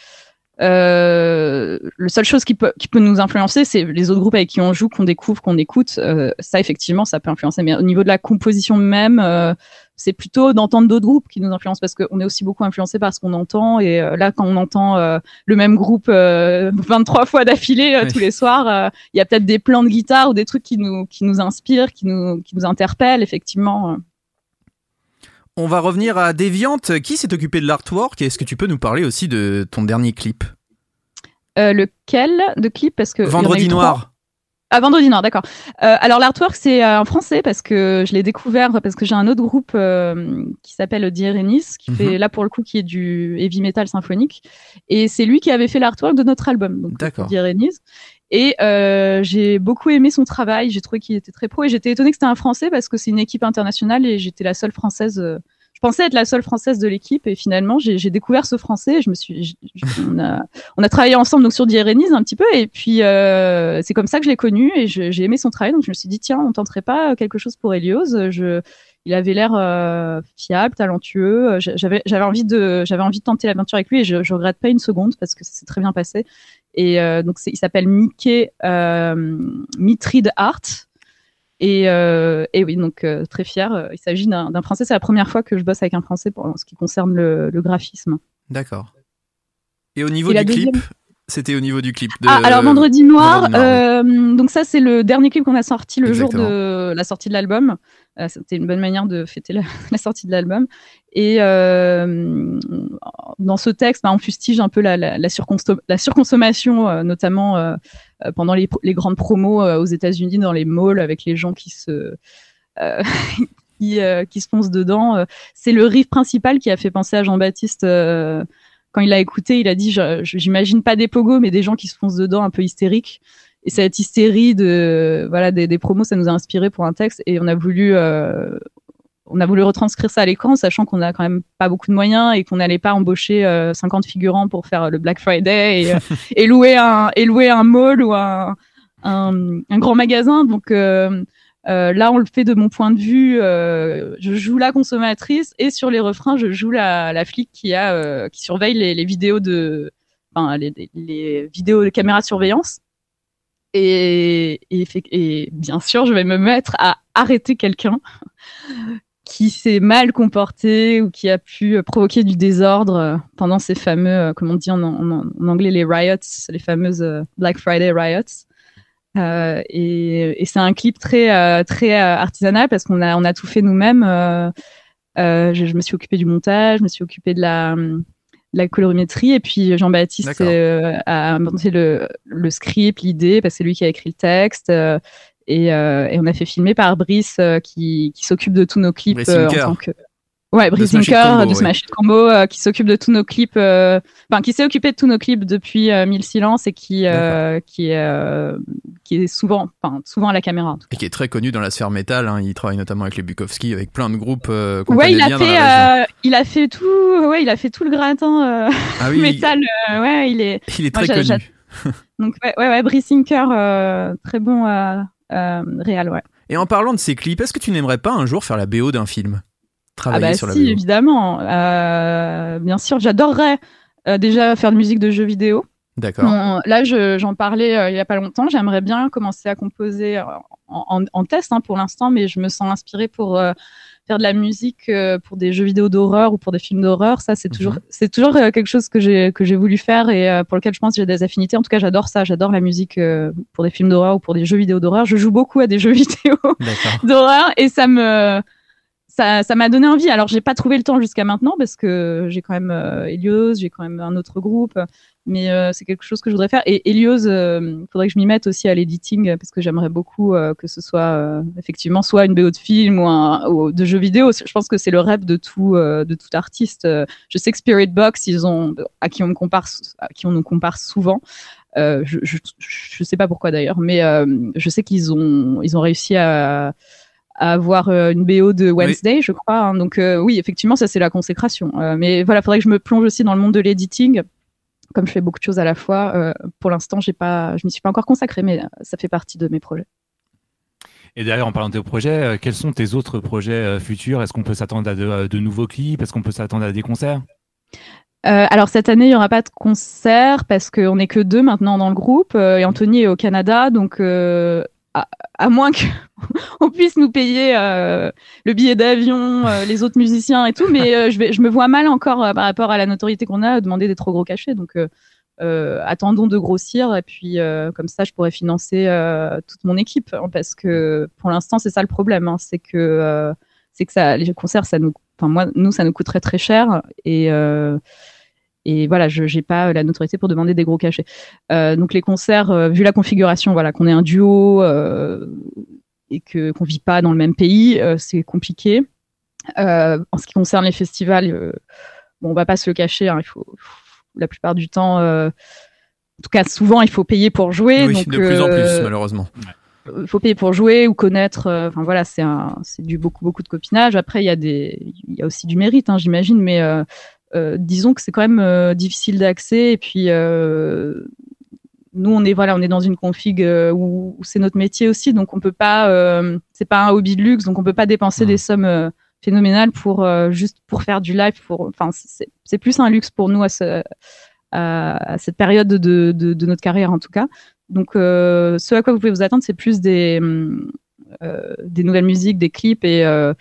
euh, la seule chose qui peut, qui peut nous influencer, c'est les autres groupes avec qui on joue, qu'on découvre, qu'on écoute. Euh, ça, effectivement, ça peut influencer. Mais au niveau de la composition même, euh, c'est plutôt d'entendre d'autres groupes qui nous influencent, parce qu'on est aussi beaucoup influencé par ce qu'on entend. Et euh, là, quand on entend euh, le même groupe euh, vingt-trois fois d'affilée euh, oui. tous les soirs, il euh, y a peut-être des plans de guitare ou des trucs qui nous, qui nous inspirent, qui nous, qui nous interpellent, effectivement. On va revenir à Deviant. Qui s'est occupé de l'artwork, et est-ce que tu peux nous parler aussi de ton dernier clip? euh, Lequel de clip? Parce que Vendredi Noir. Ah, Vendredi Noir, d'accord. Euh, alors l'artwork, c'est euh, en français, parce que je l'ai découvert parce que j'ai un autre groupe euh, qui s'appelle Die Erenis, qui mm-hmm. fait là pour le coup qui est du heavy metal symphonique, et c'est lui qui avait fait l'artwork de notre album, donc d'accord. Die Erenis. Et euh, j'ai beaucoup aimé son travail, j'ai trouvé qu'il était très pro, et j'étais étonnée que c'était un Français parce que c'est une équipe internationale et j'étais la seule Française. Euh, je pensais être la seule Française de l'équipe, et finalement j'ai, j'ai découvert ce Français. Et je me suis, je, je, on a, on a travaillé ensemble donc sur Die Erenis un petit peu, et puis euh, c'est comme ça que je l'ai connu et je, j'ai aimé son travail. Donc je me suis dit tiens, on tenterait pas quelque chose pour Helios. Je, il avait l'air euh, fiable, talentueux. J'avais, j'avais envie de, j'avais envie de tenter l'aventure avec lui, et je, je regrette pas une seconde parce que ça s'est très bien passé. Et euh, donc c'est, il s'appelle Mickey euh, Mitride Art. Et, euh, et oui, donc euh, très fier. Il s'agit d'un, d'un Français. C'est la première fois que je bosse avec un Français pour en ce qui concerne le, le graphisme. D'accord. Et au niveau et du deuxième... clip, c'était au niveau du clip de... Ah, alors Vendredi Noir, Vendredi Noir euh, oui. Donc ça c'est le dernier clip qu'on a sorti le Exactement. jour de la sortie de l'album. Euh, c'était une bonne manière de fêter la, la sortie de l'album. Et euh, dans ce texte, bah, on fustige un peu la, la, la, surconsom- la surconsommation, euh, notamment euh, pendant les, les grandes promos euh, aux États-Unis, dans les malls, avec les gens qui se euh, qui, euh, qui se foncent dedans. C'est le riff principal qui a fait penser à Jean-Baptiste. Euh, quand il l'a écouté, il a dit je, je, j'imagine pas des pogos, mais des gens qui se foncent dedans, un peu hystériques. Et cette hystérie de voilà des, des promos, ça nous a inspiré pour un texte, et on a voulu euh, on a voulu retranscrire ça à l'écran, sachant qu'on a quand même pas beaucoup de moyens et qu'on n'allait pas embaucher euh, cinquante figurants pour faire le Black Friday et, euh, et louer un et louer un mall ou un un, un grand magasin. Donc euh, euh, là, on le fait de mon point de vue. Euh, je joue la consommatrice, et sur les refrains, je joue la, la flic qui a euh, qui surveille les, les vidéos de, enfin les, les vidéos de caméras de surveillance. Et, et, et bien sûr, je vais me mettre à arrêter quelqu'un qui s'est mal comporté ou qui a pu provoquer du désordre pendant ces fameux, comme on dit en, en, en anglais, les riots, les fameuses Black Friday riots. Euh, et, et c'est un clip très, euh, très artisanal parce qu'on a, on a tout fait nous-mêmes. Euh, euh, je, je me suis occupée du montage, je me suis occupée de la... la colorimétrie, et puis Jean-Baptiste euh, a inventé le, le script, l'idée, parce que c'est lui qui a écrit le texte, euh, et, euh, et on a fait filmer par Brice euh, qui, qui s'occupe de tous nos clips euh, en tant que ouais Brice Inker de Smash It Combo, euh, qui s'occupe de tous nos clips, euh, enfin qui s'est occupé de tous nos clips depuis euh, Mille Silences, et qui euh, qui est euh, qui est souvent enfin souvent à la caméra, et qui est très connu dans la sphère métal, hein. Il travaille notamment avec les Bukowski, avec plein de groupes euh, qu'on ouais, connaît il a bien fait, dans la région. Euh, il a fait tout, ouais, il a fait tout le gratin euh, ah oui, métal. Euh, ouais, il est. Il est très Moi, connu. Donc ouais, ouais, ouais Brie Sinker, euh, très bon euh, euh, réal, ouais. Et en parlant de ces clips, est-ce que tu n'aimerais pas un jour faire la B O d'un film ? Travailler ah bah sur si, la B O. évidemment. Euh, bien sûr, j'adorerais euh, déjà faire de musique de jeux vidéo. D'accord. Bon, là, je, j'en parlais euh, il y a pas longtemps. J'aimerais bien commencer à composer euh, en, en, en test hein, pour l'instant, mais je me sens inspirée pour euh, faire de la musique euh, pour des jeux vidéo d'horreur ou pour des films d'horreur. Ça, c'est toujours, mm-hmm. c'est toujours euh, quelque chose que j'ai que j'ai voulu faire et euh, pour lequel je pense que j'ai des affinités. En tout cas, j'adore ça. J'adore la musique euh, pour des films d'horreur ou pour des jeux vidéo d'horreur. Je joue beaucoup à des jeux vidéo d'horreur et ça me Ça, ça m'a donné envie. Alors, j'ai pas trouvé le temps jusqu'à maintenant parce que j'ai quand même euh, Helios, j'ai quand même un autre groupe, mais euh, c'est quelque chose que je voudrais faire. Et Helios, il euh, faudrait que je m'y mette aussi à l'editing parce que j'aimerais beaucoup euh, que ce soit euh, effectivement soit une B O de film ou, un, ou de jeu vidéo. Je pense que c'est le rêve de tout, euh, de tout artiste. Je sais que Spirit Box, ils ont, à qui on me compare, à qui on nous compare souvent. Euh, je, je, je sais pas pourquoi d'ailleurs, mais euh, je sais qu'ils ont, ils ont réussi à à avoir euh, une B O de Wednesday, oui. je crois. Hein. Donc euh, oui, effectivement, ça c'est la consécration. Euh, mais voilà, il faudrait que je me plonge aussi dans le monde de l'editing, comme je fais beaucoup de choses à la fois. Euh, pour l'instant, j'ai pas, je m'y suis pas encore consacrée, mais ça fait partie de mes projets. Et d'ailleurs, en parlant de tes projets, euh, quels sont tes autres projets euh, futurs ? Est-ce qu'on peut s'attendre à de, de nouveaux clips ? Est-ce qu'on peut s'attendre à des concerts ? Euh, alors cette année, il n'y aura pas de concert parce qu'on n'est que deux maintenant dans le groupe euh, et Anthony est au Canada, donc euh, à, à moins qu'on puisse nous payer euh, le billet d'avion, euh, les autres musiciens et tout, mais euh, je, vais, je me vois mal encore euh, par rapport à la notoriété qu'on a, demander des trop gros cachets. Donc euh, euh, attendons de grossir et puis euh, comme ça, je pourrais financer euh, toute mon équipe hein, parce que pour l'instant, c'est ça le problème, hein, c'est que euh, c'est que ça, les concerts, ça nous, enfin moi, nous, ça nous coûterait très cher et euh, Et voilà, je n'ai pas la notoriété pour demander des gros cachets. Euh, donc les concerts, euh, vu la configuration, voilà, qu'on est un duo euh, et que qu'on vit pas dans le même pays, euh, c'est compliqué. Euh, en ce qui concerne les festivals, euh, bon, on va pas se le cacher. Hein, il faut, la plupart du temps, euh, en tout cas souvent, il faut payer pour jouer. Oui, donc, de plus euh, en plus, malheureusement. Il faut payer pour jouer ou connaître. Enfin euh, voilà, c'est un, c'est du beaucoup beaucoup de copinage. Après, il y a des, il y a aussi du mérite, hein, j'imagine, mais euh, Euh, disons que c'est quand même euh, difficile d'accès et puis euh, nous on est voilà on est dans une config euh, où, où c'est notre métier aussi donc on peut pas euh, c'est pas un hobby de luxe donc on peut pas dépenser mmh. des sommes euh, phénoménales pour euh, juste pour faire du live pour enfin c'est c'est plus un luxe pour nous à, ce, à, à cette période de, de de notre carrière en tout cas donc euh, ce à quoi vous pouvez vous attendre c'est plus des euh, des nouvelles musiques des clips et euh,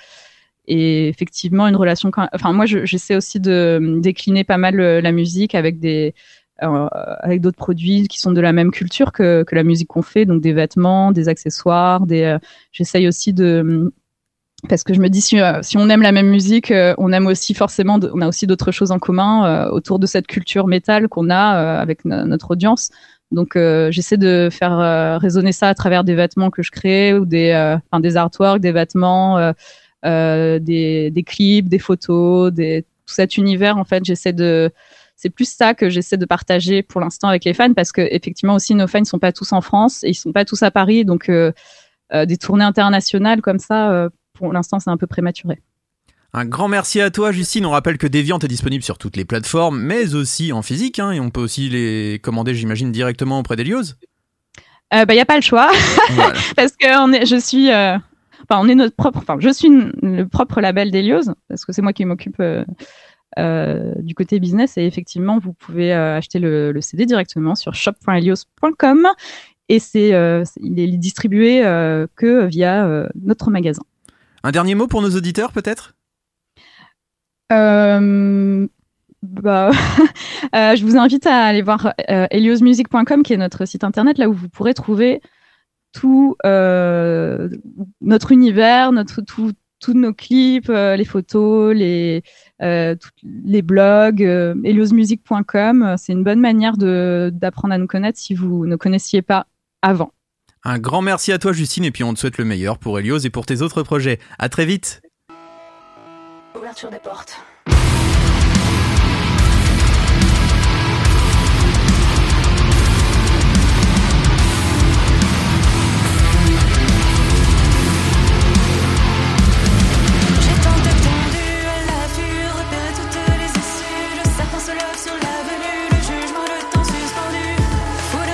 Et effectivement, une relation. Enfin, moi, je, j'essaie aussi de décliner pas mal la musique avec des, euh, avec d'autres produits qui sont de la même culture que que la musique qu'on fait, donc des vêtements, des accessoires. Des. Euh, j'essaye aussi de, parce que je me dis si euh, si on aime la même musique, euh, on aime aussi forcément, de, on a aussi d'autres choses en commun euh, autour de cette culture métal qu'on a euh, avec no- notre audience. Donc, euh, j'essaie de faire euh, résonner ça à travers des vêtements que je crée ou des, euh, enfin, des artworks, des vêtements. Euh, Euh, des, des clips, des photos, des, tout cet univers en fait j'essaie de c'est plus ça que j'essaie de partager pour l'instant avec les fans parce que effectivement aussi nos fans ne sont pas tous en France et ils sont pas tous à Paris donc euh, euh, des tournées internationales comme ça euh, pour l'instant c'est un peu prématuré. Un grand merci à toi Justine, on rappelle que Deviant est disponible sur toutes les plateformes mais aussi en physique hein, et on peut aussi les commander j'imagine directement auprès d'Helios. Euh, bah y a pas le choix voilà. Parce que on est, je suis euh... Enfin, on est notre propre. Enfin, je suis le propre label d'Helios parce que c'est moi qui m'occupe euh, euh, du côté business et effectivement, vous pouvez euh, acheter le, le C D directement sur shop point helios point com et c'est, euh, c'est il est distribué euh, que via euh, notre magasin. Un dernier mot pour nos auditeurs, peut-être ? Euh, bah, euh, je vous invite à aller voir euh, helios music point com qui est notre site internet là où vous pourrez trouver tout euh, notre univers, notre tout, tous nos clips, euh, les photos, les euh, les blogs, euh, helios music point com, c'est une bonne manière de d'apprendre à nous connaître si vous ne connaissiez pas avant. Un grand merci à toi Justine et puis on te souhaite le meilleur pour Helios et pour tes autres projets. À très vite. Ouverture des portes. Sur l'avenue, le jugement, le temps suspendu. Fou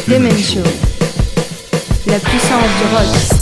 Demen Show. La puissance du rock.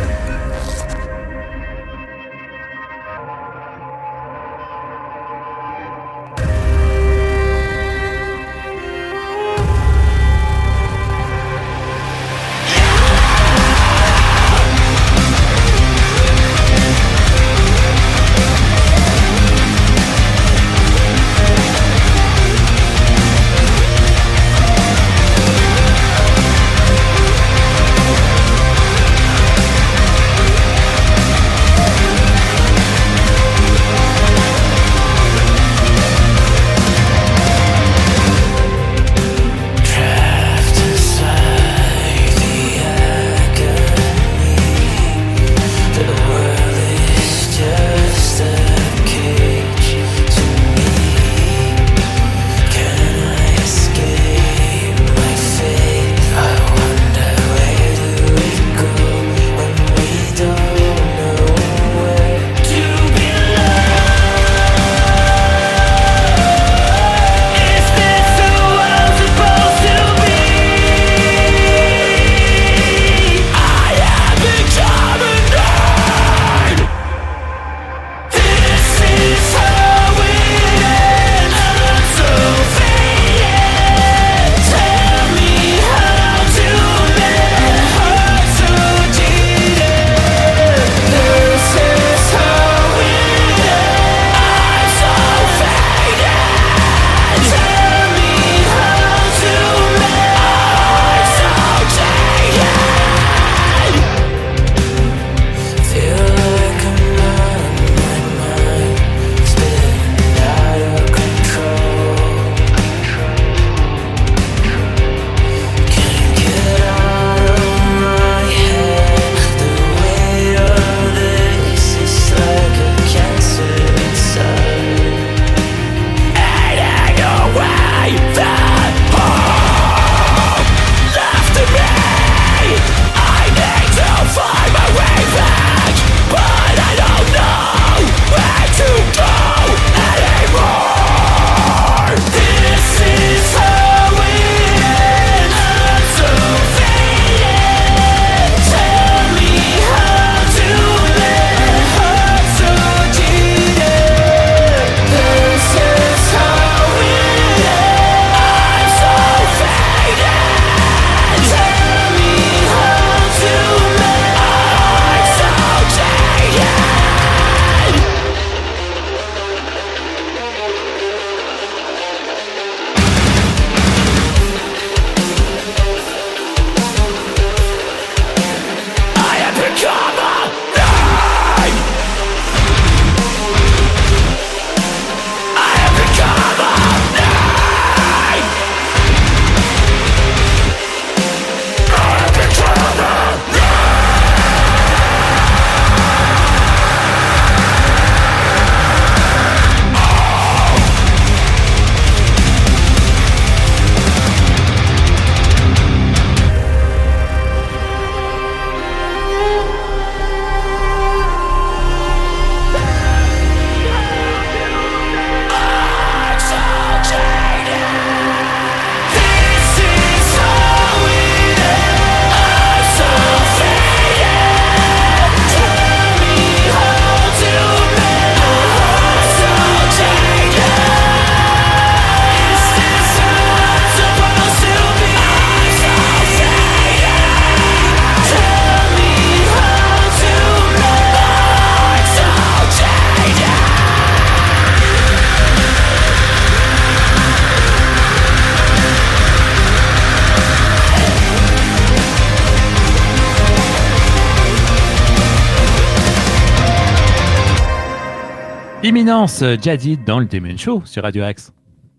Imminence, Jadid dans le Demen Show sur Radio Axe.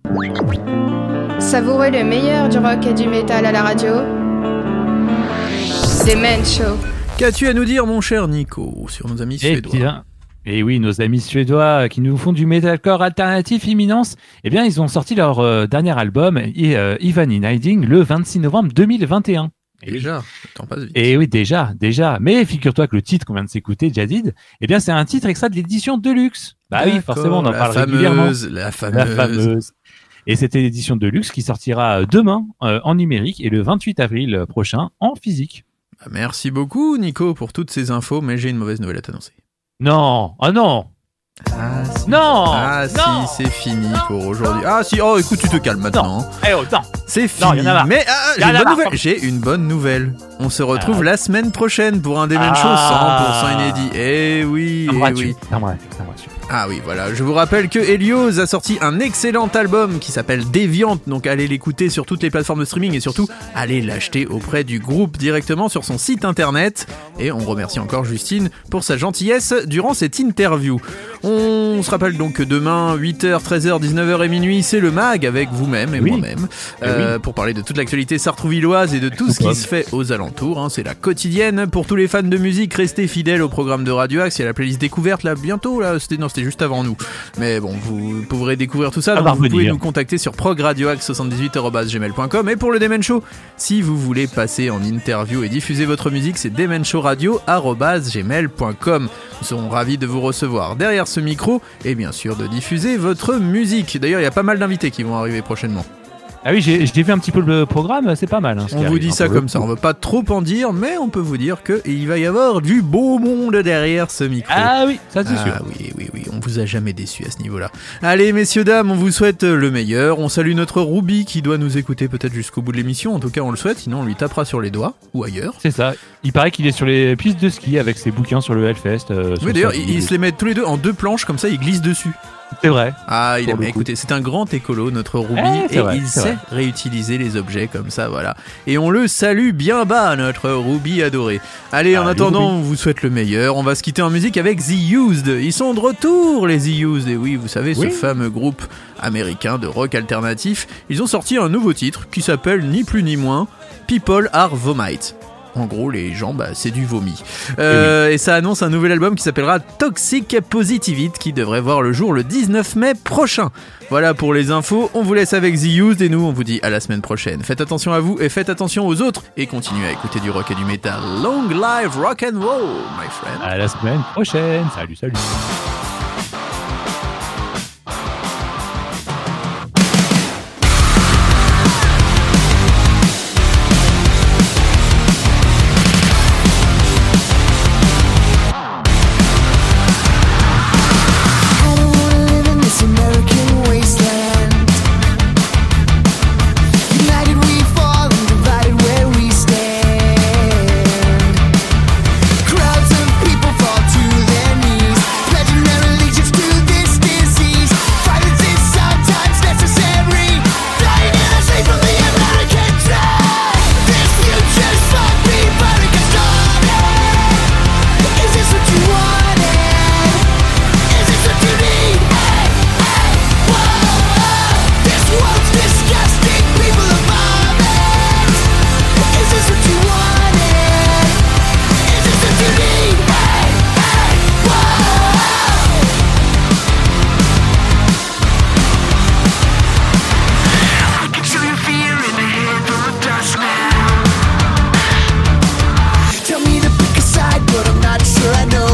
Savourez le meilleur du rock et du métal à la radio. Demen Show. Qu'as-tu à nous dire, mon cher Nico, sur nos amis suédois ? Eh bien, et oui, nos amis suédois qui nous font du metalcore alternatif Imminence, eh bien, ils ont sorti leur euh, dernier album, euh, Even in Hiding, le vingt-six novembre deux mille vingt et un. Et déjà, le temps passe vite. Et oui, déjà, déjà. Mais figure-toi que le titre qu'on vient de s'écouter, Jadid, eh bien, c'est un titre extrait de l'édition Deluxe. Bah oui, forcément, on en la parle fameuse, régulièrement. La fameuse, La fameuse. Et c'était l'édition de luxe qui sortira demain euh, en numérique et le vingt-huit avril prochain en physique. Merci beaucoup Nico pour toutes ces infos, mais j'ai une mauvaise nouvelle à t'annoncer. Non, ah non. Ah si, non, ah, non, si c'est fini non, pour aujourd'hui. Ah si, oh écoute, tu te calmes maintenant. Non. Eh oh, non. C'est Non, fini. y en a marre. Mais ah, j'ai Y en une a bonne marre. nouvelle. J'ai une bonne nouvelle. On se retrouve Ah. la semaine prochaine pour un Demen Ah. Show cent pour cent inédit. Eh oui, Ça me eh rassure, oui. ça me rassure, ça me rassure. Ah oui, voilà. Je vous rappelle que Helios a sorti un excellent album qui s'appelle Déviante. Donc allez l'écouter sur toutes les plateformes de streaming et surtout allez l'acheter auprès du groupe directement sur son site internet. Et on remercie encore Justine pour sa gentillesse durant cette interview. On se rappelle donc que demain, huit heures, treize heures, dix-neuf heures et minuit, c'est le mag avec vous-même et Oui. moi-même euh, oui. pour parler de toute l'actualité sartrouvilloise et de tout ce qui se fait aux alentours. Hein. C'est la quotidienne. Pour tous les fans de musique, restez fidèles au programme de Radio Axe. Il y a la playlist découverte là bientôt. Là, c'était, non, c'était juste avant nous. Mais bon, vous pourrez découvrir tout ça. Ça Donc va vous pouvez revenir. nous contacter sur progradioaxe soixante-dix-huit arobase gmail point com. Et pour le Demen Show, si vous voulez passer en interview et diffuser votre musique, c'est demenshowradio arobase gmail point com. Nous serons ravis de vous recevoir derrière ce micro et bien sûr de diffuser votre musique. D'ailleurs, il y a pas mal d'invités qui vont arriver prochainement. Ah oui, j'ai, j'ai vu un petit peu le programme, c'est pas mal. Hein, ce On qui vous arrive, dit hein, ça pour le comme ça, coup. on veut pas trop en dire, mais on peut vous dire qu'il va y avoir du beau monde derrière ce micro. Ah oui, ça c'est sûr. Ah oui, oui, oui, on vous a jamais déçu à ce niveau-là. Allez, messieurs, dames, on vous souhaite le meilleur. On salue notre Ruby qui doit nous écouter peut-être jusqu'au bout de l'émission. En tout cas, on le souhaite, sinon on lui tapera sur les doigts ou ailleurs. C'est ça. Il paraît qu'il est sur les pistes de ski avec ses bouquins sur le Hellfest. Euh, sur Oui, d'ailleurs, sa ils, ville. ils se les mettent tous les deux en deux planches, comme ça, ils glissent dessus. C'est vrai. Ah, il Pour aime. le coup. Écoutez, c'est un grand écolo, notre Ruby, Eh, c'est et vrai, il c'est sait vrai. réutiliser les objets comme ça, voilà. Et on le salue bien bas, notre Ruby adoré. Allez, en Ah, attendant, Ruby. on vous souhaite le meilleur. On va se quitter en musique avec The Used. Ils sont de retour, les The Used. Et oui, vous savez, ce Oui. fameux groupe américain de rock alternatif. Ils ont sorti un nouveau titre qui s'appelle ni plus ni moins People Are Vomite. En gros, les gens, bah, c'est du vomi. Euh, et ça annonce un nouvel album qui s'appellera Toxic Positivity, qui devrait voir le jour le dix-neuf mai prochain. Voilà pour les infos, on vous laisse avec The Used et nous, on vous dit à la semaine prochaine. Faites attention à vous et faites attention aux autres et continuez à écouter du rock et du métal. Long live rock and roll, my friend. À la semaine prochaine. Salut, salut. I don't wanna live in this American wasteland. United we fall and divided where we stand. Crowds of people fall to their knees, pledging their allegiance to this disease. Violence is sometimes necessary, dying in the sleep of the American dream. This future's for people to get started. Is this what you wanted? Is this what you need? Hey, hey, whoa. This world's disgusting, people are vomit. Is this what you wanted? Is this what you need? Hey, hey, whoa. I can feel your fear in the hand full of dust now. Tell me to pick a side, but I'm not sure I know.